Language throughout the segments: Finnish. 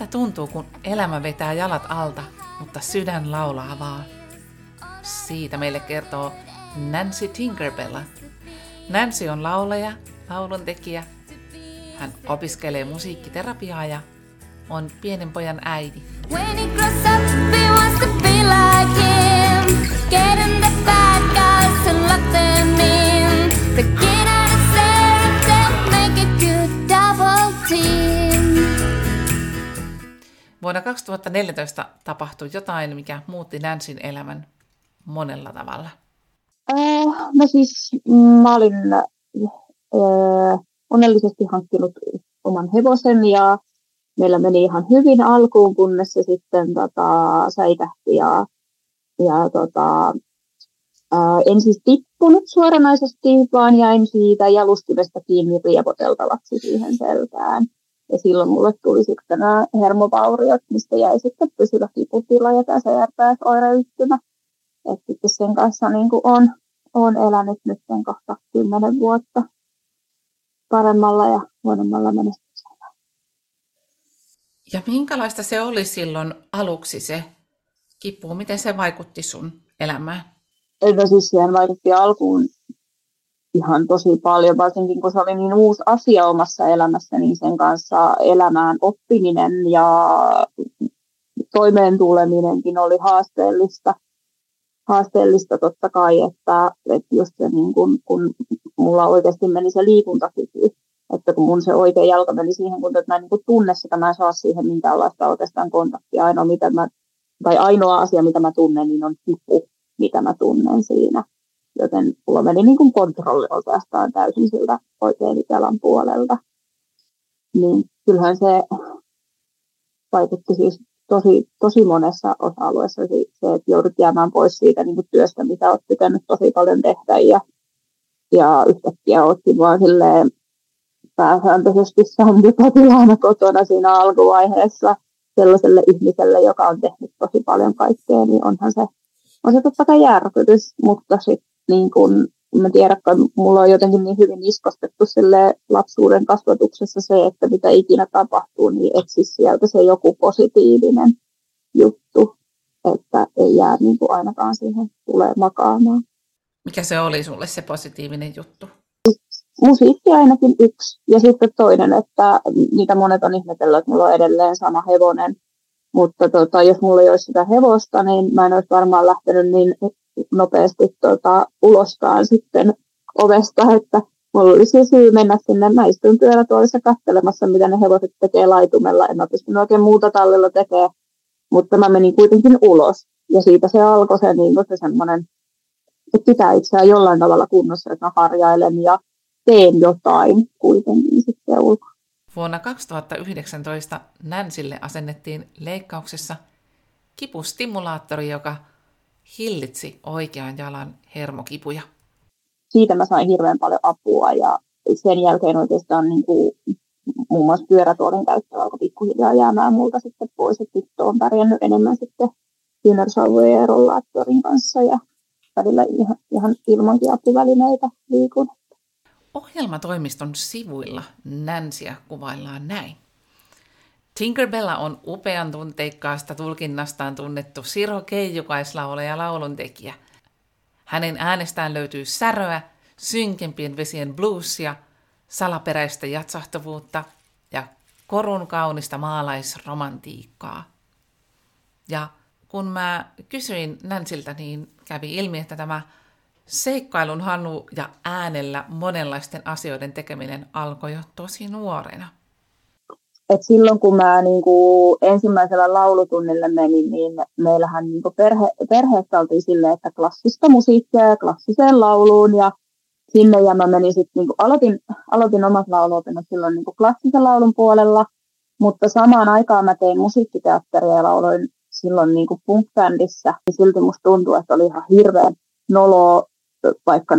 tuntuu, kun elämä vetää jalat alta, mutta sydän laulaa vaan? Siitä meille kertoo Nancy Tinkerbella. Nancy on laulaja, lauluntekijä. Hän opiskelee musiikkiterapiaa ja on pienen pojan äiti. When he grows up, he wants to be like him. Getting the bad guys to lock them in. To get out of there and make a good double team. Vuonna 2014 tapahtui jotain, mikä muutti Nancyn elämän monella tavalla. No siis mä olin onnellisesti hankkinut oman hevosen ja meillä meni ihan hyvin alkuun, kunnes se sitten säikähti ja en siis tippunut suoranaisesti, vaan jäin siitä jalustimesta kiinni riepoteltavaksi siihen selkään. Ja silloin mulle tuli sitten nämä hermovauriot, mistä jäi sitten pysyvä kiputila ja tämä CRPS-oireyhtymä. Että sitten sen kanssa niin kuin on elänyt nyt kohta 10 vuotta paremmalla ja huonommalla menestyksellä. Ja minkälaista se oli silloin aluksi se kipu? Miten se vaikutti sun elämään? No siis siihen vaikutti alkuun ihan tosi paljon, varsinkin kun se oli niin uusi asia omassa elämässä, niin sen kanssa elämään oppiminen ja toimeen tuleminenkin oli haasteellista totta kai, että just se niin kun mulla oikeasti meni se liikuntakyky, että kun mun se oikea jalka meni siihen, kun mä en niin tunne sitä, mä en saa siihen minkäänlaista oikeastaan kontaktia. Ainoa asia, mitä mä tunnen, niin on kipu, mitä mä tunnen siinä. Joten mulla meni niin kuin kontrolli oikeastaan täysin siltä oikean jalan puolelta. Niin kyllähän se vaikutti siis tosi monessa osa-alueessa se, että joudut jäämään pois siitä niin kuin työstä, mitä olet tykännyt tosi paljon tehdä. Ja yhtäkkiä oletkin vaan silleen pääsääntöisesti sammupotilaana kotona siinä alkuvaiheessa sellaiselle ihmiselle, joka on tehnyt tosi paljon kaikkea, niin on se totta kai järkytys, mutta sitten niin kun mä tiedän, että mulla on jotenkin niin hyvin iskostettu lapsuuden kasvatuksessa se, että mitä ikinä tapahtuu, niin etsi sieltä se joku positiivinen juttu, että ei jää niin kuin ainakaan siihen tulee makaamaan. Mikä se oli sulle se positiivinen juttu? Musiikki ainakin yksi. Ja sitten toinen, että mitä monet on ihmetellyt, että mulla on edelleen sama hevonen. Mutta jos mulla ei olisi sitä hevosta, niin mä en olisi varmaan lähtenyt niin nopeasti uloskaan sitten ovesta, että mulla olisi syy mennä sinne. Mä istun pyörätuolissa katselemassa, mitä ne hevoset tekee laitumella. En mä pystynyt oikein muuta tallilla tekemään, mutta mä menin kuitenkin ulos. Ja siitä se alkoi se semmoinen, että pitää itseään jollain tavalla kunnossa, että mä harjailen ja teen jotain kuitenkin sitten ulkoa. Vuonna 2019 Nancylle asennettiin leikkauksessa kipustimulaattori, joka hillitsi oikean jalan hermokipuja. Siitä mä sain hirveän paljon apua ja sen jälkeen oikeastaan niin kuin, muun muassa pyörätuolin käyttö alkoi pikkuhiljaa jäämään multa sitten pois. Että nyt olen pärjännyt enemmän sitten kyynärsauvojen ja rollaattorin kanssa ja välillä ihan ilmankin apuvälineitä liikun. Ohjelmatoimiston sivuilla Nancyä kuvaillaan näin. Tinkerbella on upean tunteikkaasta tulkinnastaan tunnettu siro-keijukaislaulaja ja lauluntekijä. Hänen äänestään löytyy säröä, synkempien vesien bluesia, salaperäistä jatsahtavuutta ja korun kaunista maalaisromantiikkaa. Ja kun mä kysyin Nancyltä, niin kävi ilmi, että tämä seikkailun hanu ja äänellä monenlaisten asioiden tekeminen alkoi jo tosi nuorena. Et silloin kun mä ensimmäisellä laulutunnille menin, niin meillähän perheessä oltiin silleen, että klassista musiikkia ja klassiseen lauluun. Ja sinne ja mä menin sitten, aloitin omat lauluopinnot silloin klassisen laulun puolella. Mutta samaan aikaan mä tein musiikkiteatteria ja lauloin silloin punk-bändissä. Ja silti musta tuntui, että oli ihan hirveän noloa, vaikka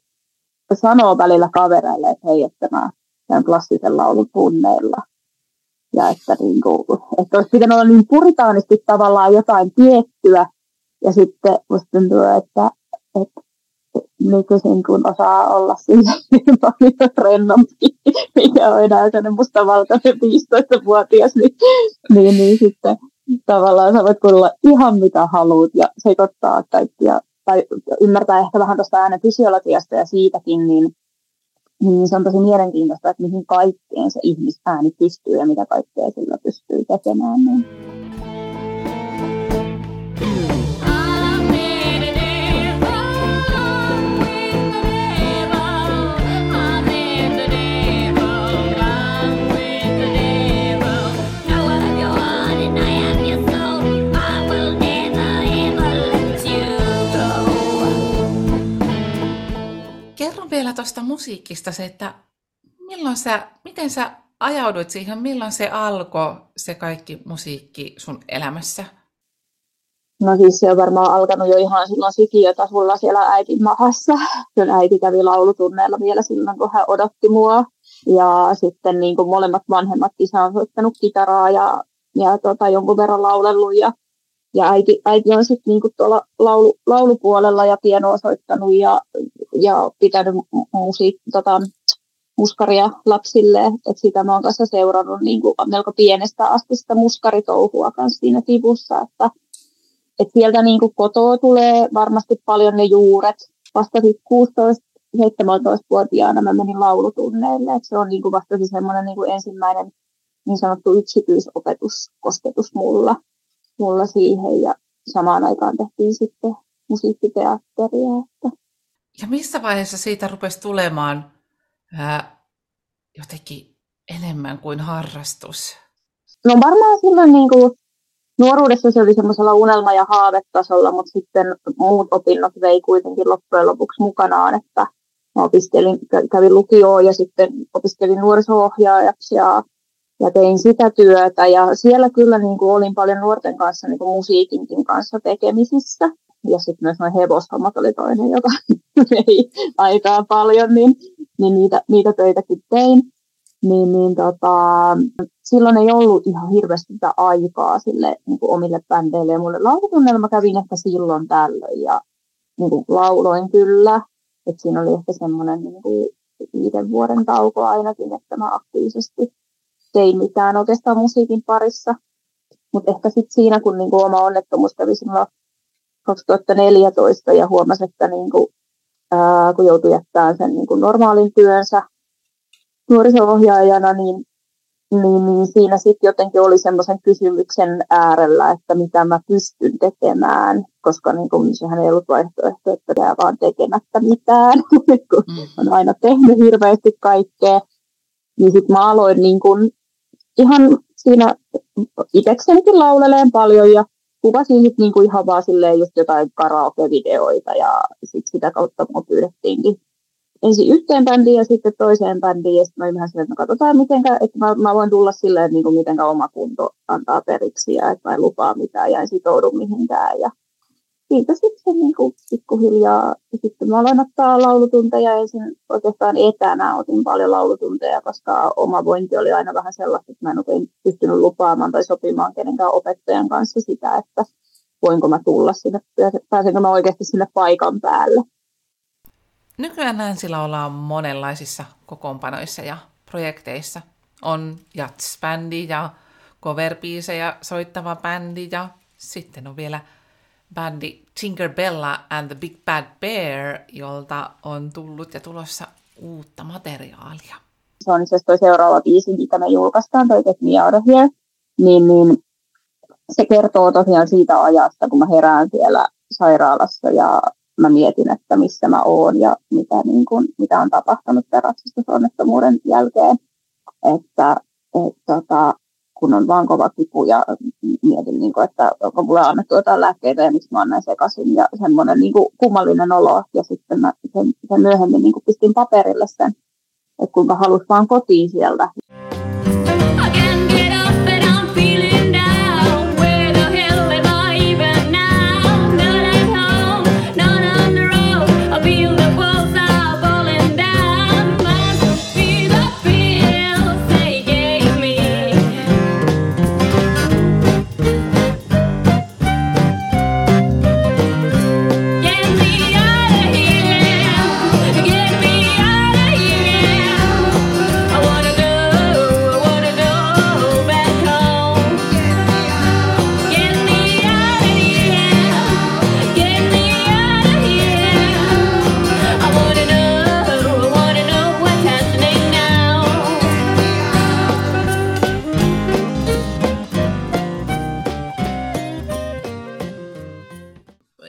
sanoo välillä kavereille, että hei, että mä teen klassisen laulun tunneilla. Ja että olisi pitänyt olla niin puritaanisti tavallaan jotain tiettyä. Ja sitten musta tuntuu, että nykyisin kun osaa olla siinä niin paljon rennompi. mikä on enää sellainen mustavalkoinen 15-vuotias, niin sitten tavallaan sä voit kuulla ihan mitä haluat ja sekoittaa kaikkia, tai ymmärtää ehkä vähän tuosta äänen fysiologiasta ja siitäkin, niin se on tosi mielenkiintoista, että mihin kaikkeen se ihmisääni pystyy ja mitä kaikkea sillä pystyy tekemään. Niin. Kerro vielä tuosta musiikista se, että miten sä ajauduit siihen, milloin se alkoi, se kaikki musiikki sun elämässä? No siis se on varmaan alkanut jo ihan silloin sikiötasolla siellä äitin mahassa. Kyllä äiti kävi laulutunneilla vielä silloin, kun hän odotti mua. Ja sitten niin kuin molemmat vanhemmat, isä on soittanut kitaraa ja jonkun verran laulellut. Ja äiti on sitten niinku tuolla laulupuolella ja pianoa soittanut ja pitänyt muskaria lapsille. Et sitä mä oon kanssa seurannut niinku melko pienestä asti sitä muskaritouhua kanssa siinä sivussa. Et sieltä niinku kotoa tulee varmasti paljon ne juuret. Vasta sitten 16-17-vuotiaana mä menin laulutunneille. Et se on niinku vasta semmoinen niinku ensimmäinen niin sanottu yksityisopetuskosketus mulla siihen ja samaan aikaan tehtiin sitten musiikkiteatteria. Ja missä vaiheessa siitä rupesi tulemaan jotenkin enemmän kuin harrastus? No varmaan silloin niin kuin nuoruudessa se oli semmoisella unelma- ja haavetasolla, mutta sitten muut opinnot vei kuitenkin loppujen lopuksi mukanaan, että mä kävin lukioon ja sitten opiskelin nuoriso-ohjaajaksi ja tein sitä työtä ja siellä kyllä niin kuin olin paljon nuorten kanssa niin kuin musiikinkin kanssa tekemisissä. Ja sitten myös nuo hevoshommat oli toinen, joka vei aikaa paljon, niin niitä töitäkin tein. Silloin ei ollut ihan hirveästi sitä aikaa sille niin kuin omille bändeille ja mulle laulutunneilla. Mä kävin ehkä silloin tällöin ja niin kuin lauloin kyllä. Et siinä oli ehkä semmoinen niin kuin 5 vuoden tauko ainakin, että mä aktiivisesti tein mitään oikeastaan musiikin parissa. Mutta ehkä sitten siinä, kun niinku oma onnettomuus kävi silloin 2014 ja huomasi, että niinku, kun joutui jättämään sen niinku normaalin työnsä nuoriso-ohjaajana, niin siinä sitten jotenkin oli semmoisen kysymyksen äärellä, että mitä mä pystyn tekemään, koska niinku, sehän ei ollut vaihtoehto, että jää vaan tekemättä mitään, kun on aina tehnyt hirveästi kaikkea. Niin sitten mä aloin niinku ihan siinä itseksenikin lauleleen paljon ja kuvasin sitten niinku ihan vaan silleen just jotain karaoke-videoita ja sitten sitä kautta mua pyydettiinkin ensin yhteen bändiin ja sitten toiseen bändiin ja sitten mä olin vähän silleen, että katsotaan mitenkä, että mä voin tulla silleen, niinku mitenkä oma kunto antaa periksi ja että mä en lupaa mitään ja en sitoudu mihinkään ja siitä sitten niinku pikkuhiljaa. Sitten mä aloin ottaa laulutunteja ensin oikeastaan etänä. Otin paljon laulutunteja, koska oma vointi oli aina vähän sellaista, että mä en oikein pystynyt lupaamaan tai sopimaan kenenkään opettajan kanssa sitä, että voinko mä tulla sinne, pääsenkö mä oikeasti sinne paikan päälle. Nykyään Nancilla ollaan monenlaisissa kokoonpanoissa ja projekteissa. On jazz-bändi ja cover-biisejä soittava bändi ja sitten on vielä bändi Tinkerbella and the Big Bad Bear, jolta on tullut ja tulossa uutta materiaalia. Se on itse asiassa toi seuraava biisi, mitä me julkaistaan, toi Get Me Out of Here. Niin se kertoo tosiaan siitä ajasta, kun mä herään siellä sairaalassa ja mä mietin, että missä mä oon ja mitä on tapahtunut tämän ratsastusonnettomuuden jälkeen. Että kun on vaan kova kipu ja mietin, että onko mulle annettu jotain lääkkeitä ja miksi mä oon näin sekaisin. Ja semmoinen kummallinen olo. Ja sitten mä sen myöhemmin pistin paperille sen, että kuinka halus vaan kotiin sieltä.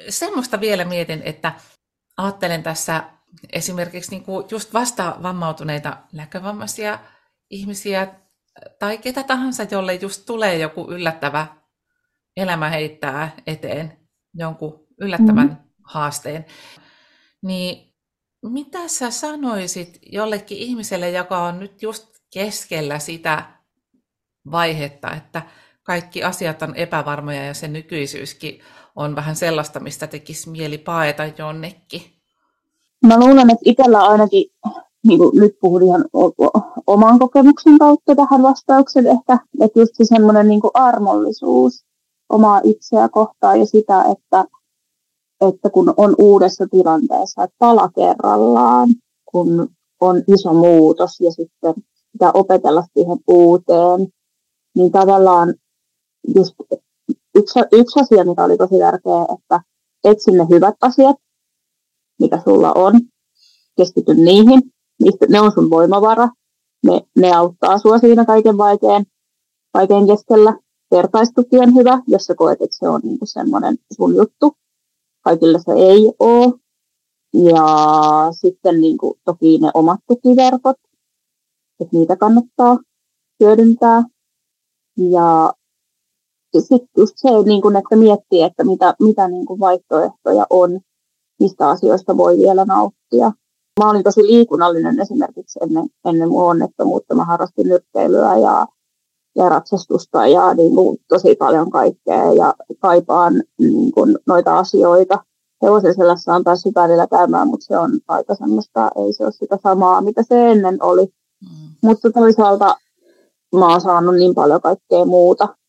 semmoista vielä mietin, että ajattelen tässä esimerkiksi niin kuin just vasta vammautuneita näkövammaisia ihmisiä tai ketä tahansa, jolle just tulee joku yllättävä elämä heittää eteen jonkun yllättävän haasteen. Niin mitä sä sanoisit jollekin ihmiselle, joka on nyt just keskellä sitä vaihetta, että kaikki asiat on epävarmoja ja se nykyisyyskin on vähän sellaista, mistä tekisi mieli paeta jonnekin? Mä luulen, että itsellä ainakin, niin kuin nyt puhun ihan oman kokemuksen kautta tähän vastaukseen ehkä, että just se semmoinen niin kuin armollisuus omaa itseä kohtaan ja sitä, että kun on uudessa tilanteessa, että pala kerrallaan, kun on iso muutos ja sitten pitää opetella siihen uuteen, niin tavallaan just yksi asia, mikä oli tosi tärkeä, että etsi ne hyvät asiat, mitä sulla on, keskity niihin, ne on sun voimavara, ne auttaa sua siinä kaiken vaikean keskellä. Vertaistuki on hyvä, jos sä koet, että se on niinku semmoinen sun juttu. Kaikille se ei ole. Ja sitten niinku, toki ne omat tukiverkot, että niitä kannattaa hyödyntää. Ja sitten just se, niinku, että miettii, että mitä niinku vaihtoehtoja on, mistä asioista voi vielä nauttia. Mä olin tosi liikunnallinen esimerkiksi ennen mun onnettomuutta. Mä harrastin nyrkkeilyä ja ratsastusta ja niin kuin, tosi paljon kaikkea ja kaipaan niin kuin, noita asioita. Hevosen selässä on päässyt välillä käymään, mutta se on aika semmoista, ei se ole sitä samaa, mitä se ennen oli. Mutta toisaalta mä oon saanut niin paljon kaikkea muuta